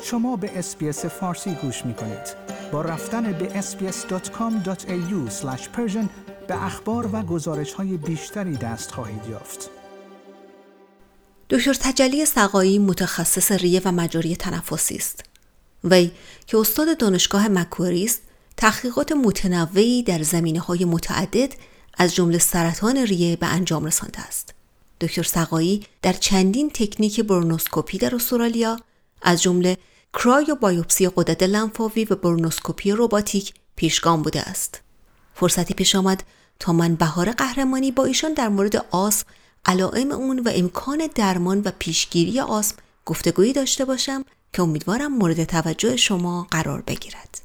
شما به اس‌بی‌اس فارسی گوش می‌کنید. با رفتن به sbs.com.au/persian به اخبار و گزارش‌های بیشتری دست خواهید یافت. دکتر تجلی سقایی متخصص ریه و مجاری تنفسی است. وی که استاد دانشگاه مک‌کوری است، تحقیقات متنوعی در زمینه‌های متعدد از جمله سرطان ریه به انجام رسانده است. دکتر سقایی در چندین تکنیک برونوسکوپی در استرالیا از جمله کرایو بایوپسی غدد لنفاوی و برونوسکوپی رباتیک پیشگام بوده است. فرصتی پیش آمد تا من بهار قهرمانی با ایشان در مورد آسم، علائم اون و امکان درمان و پیشگیری آسم گفتگویی داشته باشم که امیدوارم مورد توجه شما قرار بگیرد.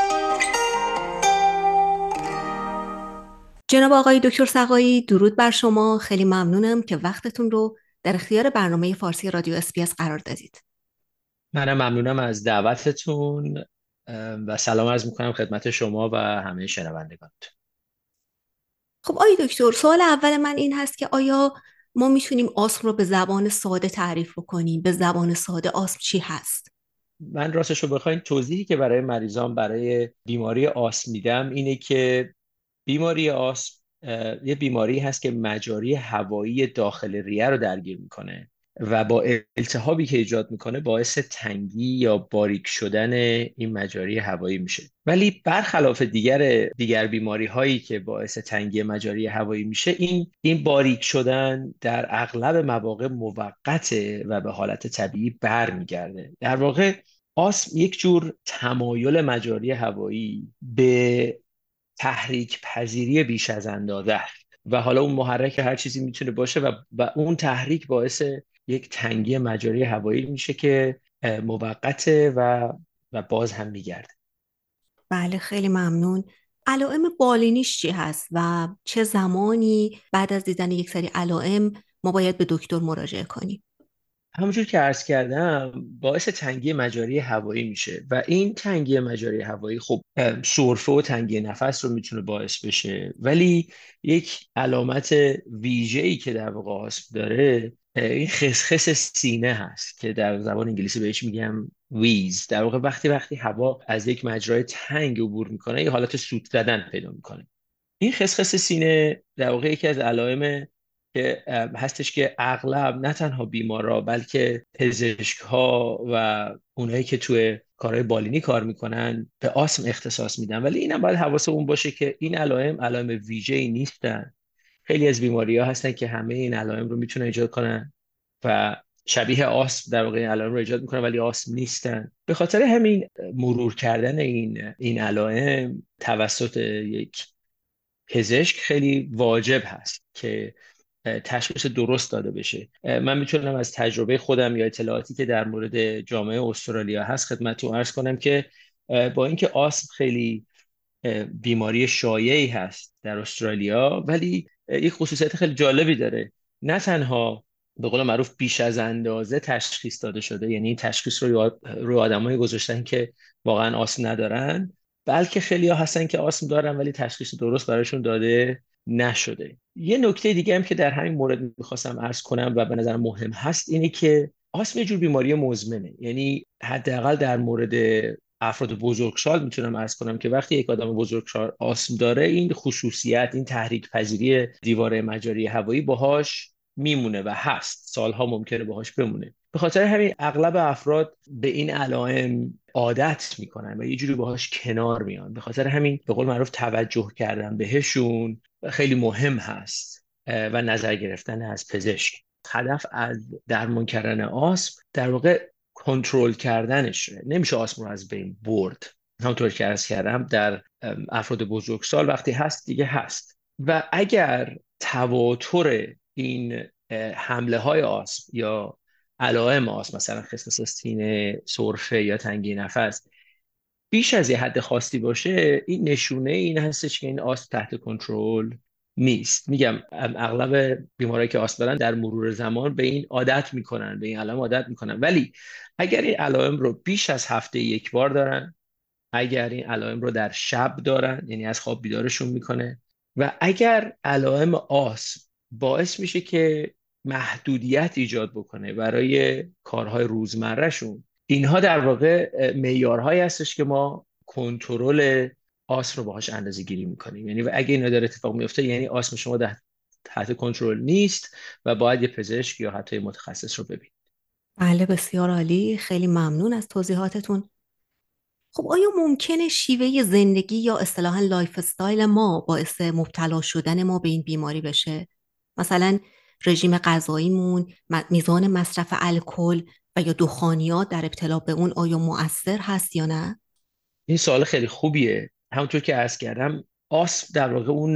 جناب آقای دکتر سقایی، درود بر شما. خیلی ممنونم که وقتتون رو در اختیار برنامه فارسی رادیو اس‌بی‌اس قرار دادید. منم ممنونم از دعوتتون و سلام عرض میکنم خدمت شما و همه شنوندگان. خب آقای دکتر، سوال اول من این هست که آیا ما میتونیم آسم رو به زبان ساده تعریف کنیم؟ به زبان ساده آسم چی هست؟ من راستش رو بخواین توضیحی که برای مریضان برای بیماری آسم میدم اینه که بیماری آسم یه بیماری هست که مجاری هوایی داخل ریه رو درگیر میکنه و با التهابی که ایجاد میکنه باعث تنگی یا باریک شدن این مجاری هوایی میشه. ولی برخلاف دیگر بیماری هایی که باعث تنگی مجاری هوایی میشه، این باریک شدن در اغلب مواقع موقته و به حالت طبیعی برمیگرده. در واقع آسم یک جور تمایل مجاری هوایی به تحریک پذیری بیش از اندازه است و حالا اون محرک هر چیزی میتونه باشه و اون تحریک باعث یک تنگی مجاری هوایی میشه که موقته و باز هم میگرده. بله، خیلی ممنون. علائم بالینیش چی هست و چه زمانی بعد از دیدن یک سری علائم ما باید به دکتر مراجعه کنیم؟ همونجور که عرض کردم باعث تنگی مجاری هوایی میشه و این تنگی مجاری هوایی خب سرفه و تنگی نفس رو میتونه باعث بشه، ولی یک علامت ویژه‌ای که در واقع آسم داره این خسخس سینه هست که در زبان انگلیسی بهش میگم ویز. در واقع وقتی هوا از یک مجرای تنگ عبور میکنه یه حالت سوت زدن پیدا میکنه. این خسخس سینه در واقع یکی از علائم که هستش که اغلب نه تنها بیمارا بلکه پزشک‌ها و اونایی که توی کارهای بالینی کار میکنن به آسم اختصاص میدن، ولی اینم باید حواسمون باشه که این علائم ویژه‌ای نیستن. خیلی از بیماری‌ها هستن که همه این علائم رو میتونن ایجاد کنن و شبیه آسم در واقع این علائم رو ایجاد میکنن ولی آسم نیستن. به خاطر همین مرور کردن این علائم توسط یک پزشک خیلی واجب هست که تشخیص درست داده بشه. من میتونم از تجربه خودم یا اطلاعاتی که در مورد جامعه استرالیا هست خدمتتون عرض کنم که با اینکه آسم خیلی بیماری شایعی هست در استرالیا، ولی یک خصوصیت خیلی جالبی داره. نه تنها به قول معروف بیش از اندازه تشخیص داده شده، یعنی این تشخیص رو روی آدمایی گذاشتن که واقعا آسم ندارن، بلکه خیلی ها هستن که آسم دارن ولی تشخیص درست براشون داده نشده. یه نکته دیگه هم که در همین مورد میخواستم عرض کنم و به نظر مهم هست اینه که آسم یه جور بیماری مزمنه. یعنی حداقل در مورد افراد بزرگسال میتونم عرض کنم که وقتی یک آدم بزرگسال آسم داره، این خصوصیت، این تحریک پذیری دیواره مجاری هوایی باهاش میمونه و هست، سالها ممکنه باهاش بمونه. به خاطر همین اغلب افراد به این علائم عادت میکنن و یه جوری باهاش کنار میان. به خاطر همین به قول معروف توجه کردن بهشون خیلی مهم هست و نظر گرفتن از پزشک. هدف از درمان کردن آسم در واقع کنترل کردنشه. نمیشه آسم رو از بین برد. همونطور که عرض کردم در افراد بزرگسال وقتی هست دیگه هست و اگر تواتر این حمله های آسم یا علائم آسم، مثلا خسخس سینه، سرفه یا تنگی نفس، بیش از یه حد خاصی باشه، این نشونه این هستش که این آسم تحت کنترل نیست. میگم اغلب بیمارایی که آسم دارن در مرور زمان به این عادت میکنن، به این علائم عادت میکنن، ولی اگر این علائم رو بیش از هفته یک بار دارن، اگر این علائم رو در شب دارن، یعنی از خواب بیدارشون میکنه، و اگر علائم آسم باعث میشه که محدودیت ایجاد بکنه برای کارهای روزمرهشون، اینها در واقع معیارهایی هستش که ما کنترل آسم رو باهاش اندازه گیری میکنیم. یعنی و اگه اینا داره اتفاق میفته، یعنی آسم شما تحت کنترل نیست و باید یه پزشک یا حتی متخصص رو ببینید. بله، بسیار عالی. خیلی ممنون از توضیحاتتون. خب آیا ممکنه شیوه زندگی یا اصطلاحاً لایف استایل ما باعث مبتلا شدن ما به این بیماری بشه؟ مثلا رژیم غذاییمون، میزان مصرف الکل و یا دخانیات در ابتلا به اون آیا مؤثر هست یا نه؟ این سوال خیلی خوبیه. همونطور که عرض کردم، آسم در واقع اون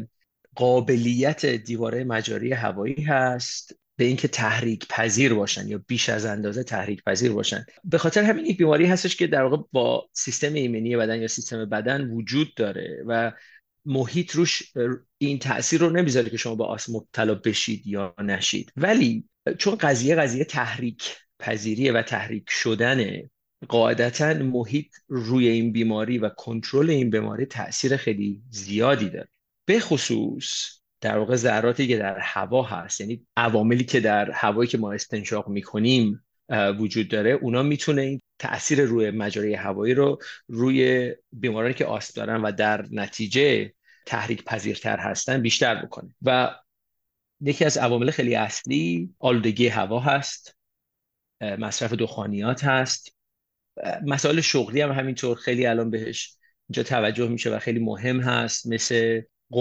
قابلیت دیواره مجاری هوایی هست به اینکه تحریک پذیر باشن یا بیش از اندازه تحریک پذیر باشن. به خاطر همین یک بیماری هستش که در واقع با سیستم ایمنی بدن یا سیستم بدن وجود داره و محیط روش این تأثیر رو نمیذاره که شما با آسم مبتلا بشید یا نشید. ولی چون قضیه تحریک پذیریه و تحریک شدنه، قاعدتا محیط روی این بیماری و کنترل این بیماری تأثیر خیلی زیادی داره. به خصوص در واقع ذراتی که در هوا هست، یعنی عواملی که در هوایی که ما استنشاق میکنیم وجود داره، اونا میتونه این تأثیر روی مجاری هوایی رو روی بیمارانی که آسم دارن و در نتیجه تحریک پذیرتر هستن بیشتر بکنه. و یکی از عوامل خیلی اصلی آلودگی هوا هست، مصرف دخانیات هست، مسائل شغلی هم همینطور خیلی الان بهش اینجا توجه میشه و خیلی مهم هست، مثل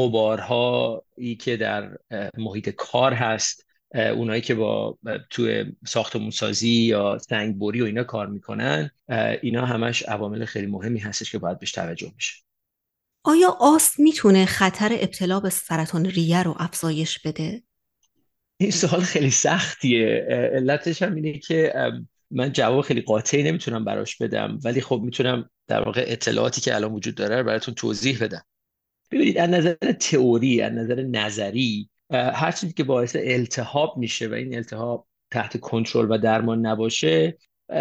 غبارهایی که در محیط کار هست، اونایی که با توی ساختمون سازی یا سنگبری و اینا کار میکنن، اینا همش عوامل خیلی مهمی هستش که باید بهش توجه میشه. آیا آسم میتونه خطر ابتلا به سرطان ریه رو افزایش بده؟ این سوال خیلی سختیه. علتش هم اینه که من جواب خیلی قاطعی نمیتونم براش بدم، ولی خب میتونم در واقع اطلاعاتی که الان وجود داره رو براتون توضیح بدم. ببینید، از نظر تئوری، از نظر نظری، هر چیزی که باعث التهاب میشه و این التهاب تحت کنترل و درمان نباشه،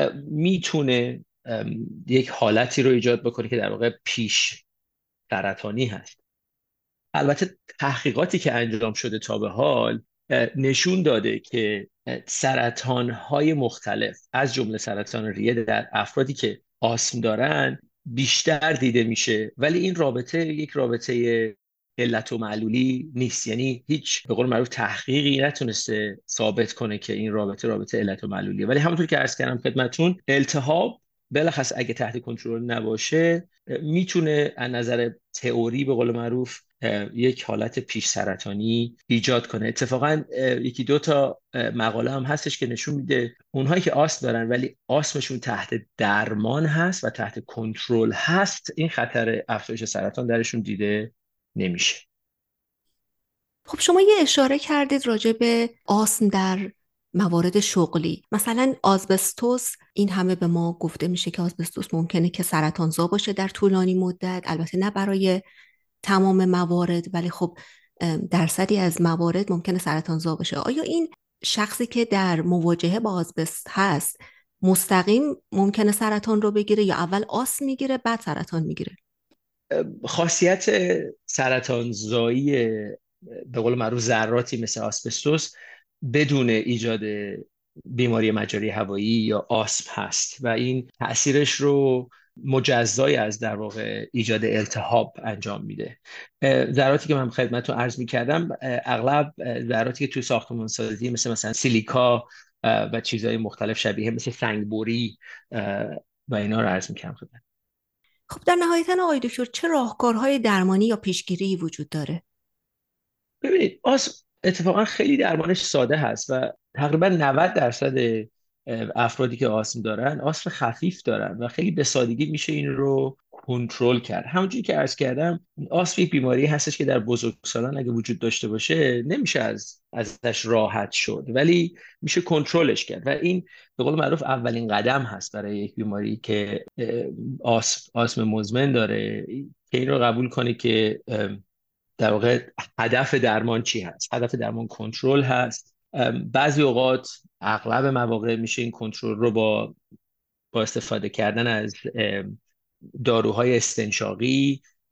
میتونه یک حالتی رو ایجاد بکنه که در واقع پیش سرطانی هست. البته تحقیقاتی که انجام شده تا به حال نشون داده که سرطان‌های مختلف از جمله سرطان ریه در افرادی که آسم دارن بیشتر دیده میشه، ولی این رابطه یک رابطه علت و معلولی نیست. یعنی هیچ به قول معروف تحقیقی نتونسته ثابت کنه که این رابطه علت و معلولیه. ولی همونطور که عرض کردم خدمتتون، التهاب بلخص اگه تحت کنترل نباشه میتونه از نظر تئوری به قول معروف یک حالت پیش سرطانی ایجاد کنه. اتفاقا یکی دو تا مقاله هم هستش که نشون میده اونهایی که آسم دارن ولی آسمشون تحت درمان هست و تحت کنترل هست، این خطر افزایش سرطان درشون دیده نمیشه. خب شما یه اشاره کردید راجع به آسم در موارد شغلی. مثلا آسبستوس، این همه به ما گفته میشه که آسبستوس ممکنه که سرطانزا باشه در طولانی مدت، البته نه برای تمام موارد، ولی خب درصدی از موارد ممکنه سرطانزا باشه. آیا این شخصی که در مواجهه با آسبست هست مستقیم ممکنه سرطان رو بگیره یا اول آسم میگیره بعد سرطان میگیره؟ خاصیت سرطانزایی به قول معروف ذراتی مثل آسبستوس بدون ایجاد بیماری مجاری هوایی یا آسم هست و این تأثیرش رو مجزای از در واقع ایجاد التهاب انجام میده. ذراتی که من خدمتتون عرض میکردم اغلب ذراتی که توی ساختمان سازی مثلا سیلیکا و چیزهای مختلف شبیه مثل سنگبری و اینا رو عرض میکردم خدمت. خب در نهایت آقای دکتر چه راهکارهای درمانی یا پیشگیری وجود داره؟ ببینید، آسم اتفاقا خیلی درمانش ساده هست و تقریبا 90% افرادی که آسم دارن آسم خفیف دارن و خیلی به سادگی میشه این رو کنترل کرد. همونجوری که عرض کردم، آسم یک بیماری هستش که در بزرگسالان اگه وجود داشته باشه نمیشه ازش راحت شد، ولی میشه کنترلش کرد و این به قول معروف اولین قدم هست برای یک بیماری که آسم مزمن داره، که این رو قبول کنه که در واقع هدف درمان چی هست. هدف درمان کنترل هست. بعضی اوقات، اغلب مواقع، میشه این کنترل رو با استفاده کردن از داروهای استنشاقی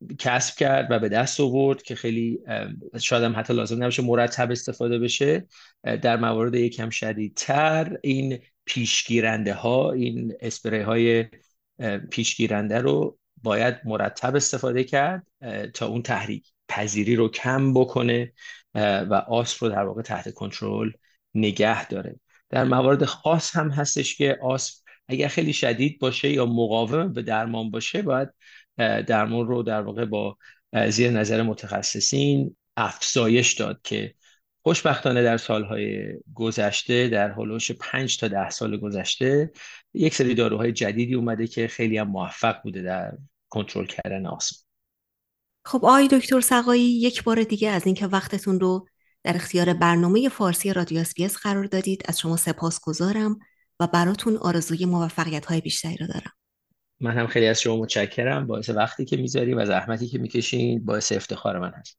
کسب کرد و به دست آورد که خیلی شاید هم حتی لازم نباشه مرتب استفاده بشه. در موارد یکم شدیدتر این پیشگیرنده ها، این اسپری های پیشگیرنده رو باید مرتب استفاده کرد تا اون تحریک پذیری رو کم بکنه و آسپ رو در واقع تحت کنترل نگه داره. در موارد خاص هم هستش که آسپ اگر خیلی شدید باشه یا مقاوم به درمان باشه، باید درمان رو در واقع با زیر نظر متخصصین افزایش داد که خوشبختانه در سالهای گذشته، در هولوش 5 تا 10 سال گذشته، یک سری داروهای جدیدی اومده که خیلی هم موفق بوده در کنترل کردن آسم. خب آقای دکتر سقایی، یک بار دیگه از اینکه وقتتون رو در اختیار برنامه فارسی رادیو اس‌بی‌اس قرار دادید از شما سپاسگزارم و براتون آرزوی موفقیت‌های بیشتری رو دارم. من هم خیلی از شما متشکرم. باعث وقتی که میذاری و زحمتی که میکشین باعث افتخار من هست.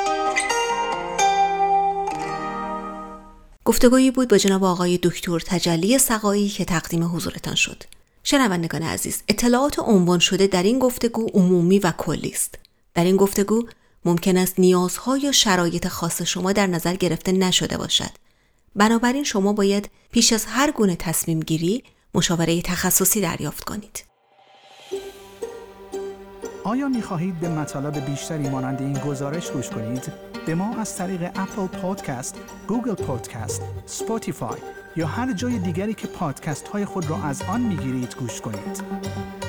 گفتگویی بود با جناب آقای دکتر تجلی سقایی که تقدیم حضورتان شد. شنوندگان عزیز، اطلاعات عنوان شده در این گفتگو عمومی و کلی است. در این گفتگو ممکن است نیازها یا شرایط خاص شما در نظر گرفته نشده باشد. بنابراین شما باید پیش از هر گونه تصمیم گیری مشاوره تخصصی دریافت کنید. آیا می‌خواهید به مطالب بیشتری مانند این گزارش گوش کنید؟ به ما از طریق اپل پادکست، گوگل پادکست، اسپاتیفای یا هر جای دیگری که پادکست های خود را از آن میگیرید گوش کنید.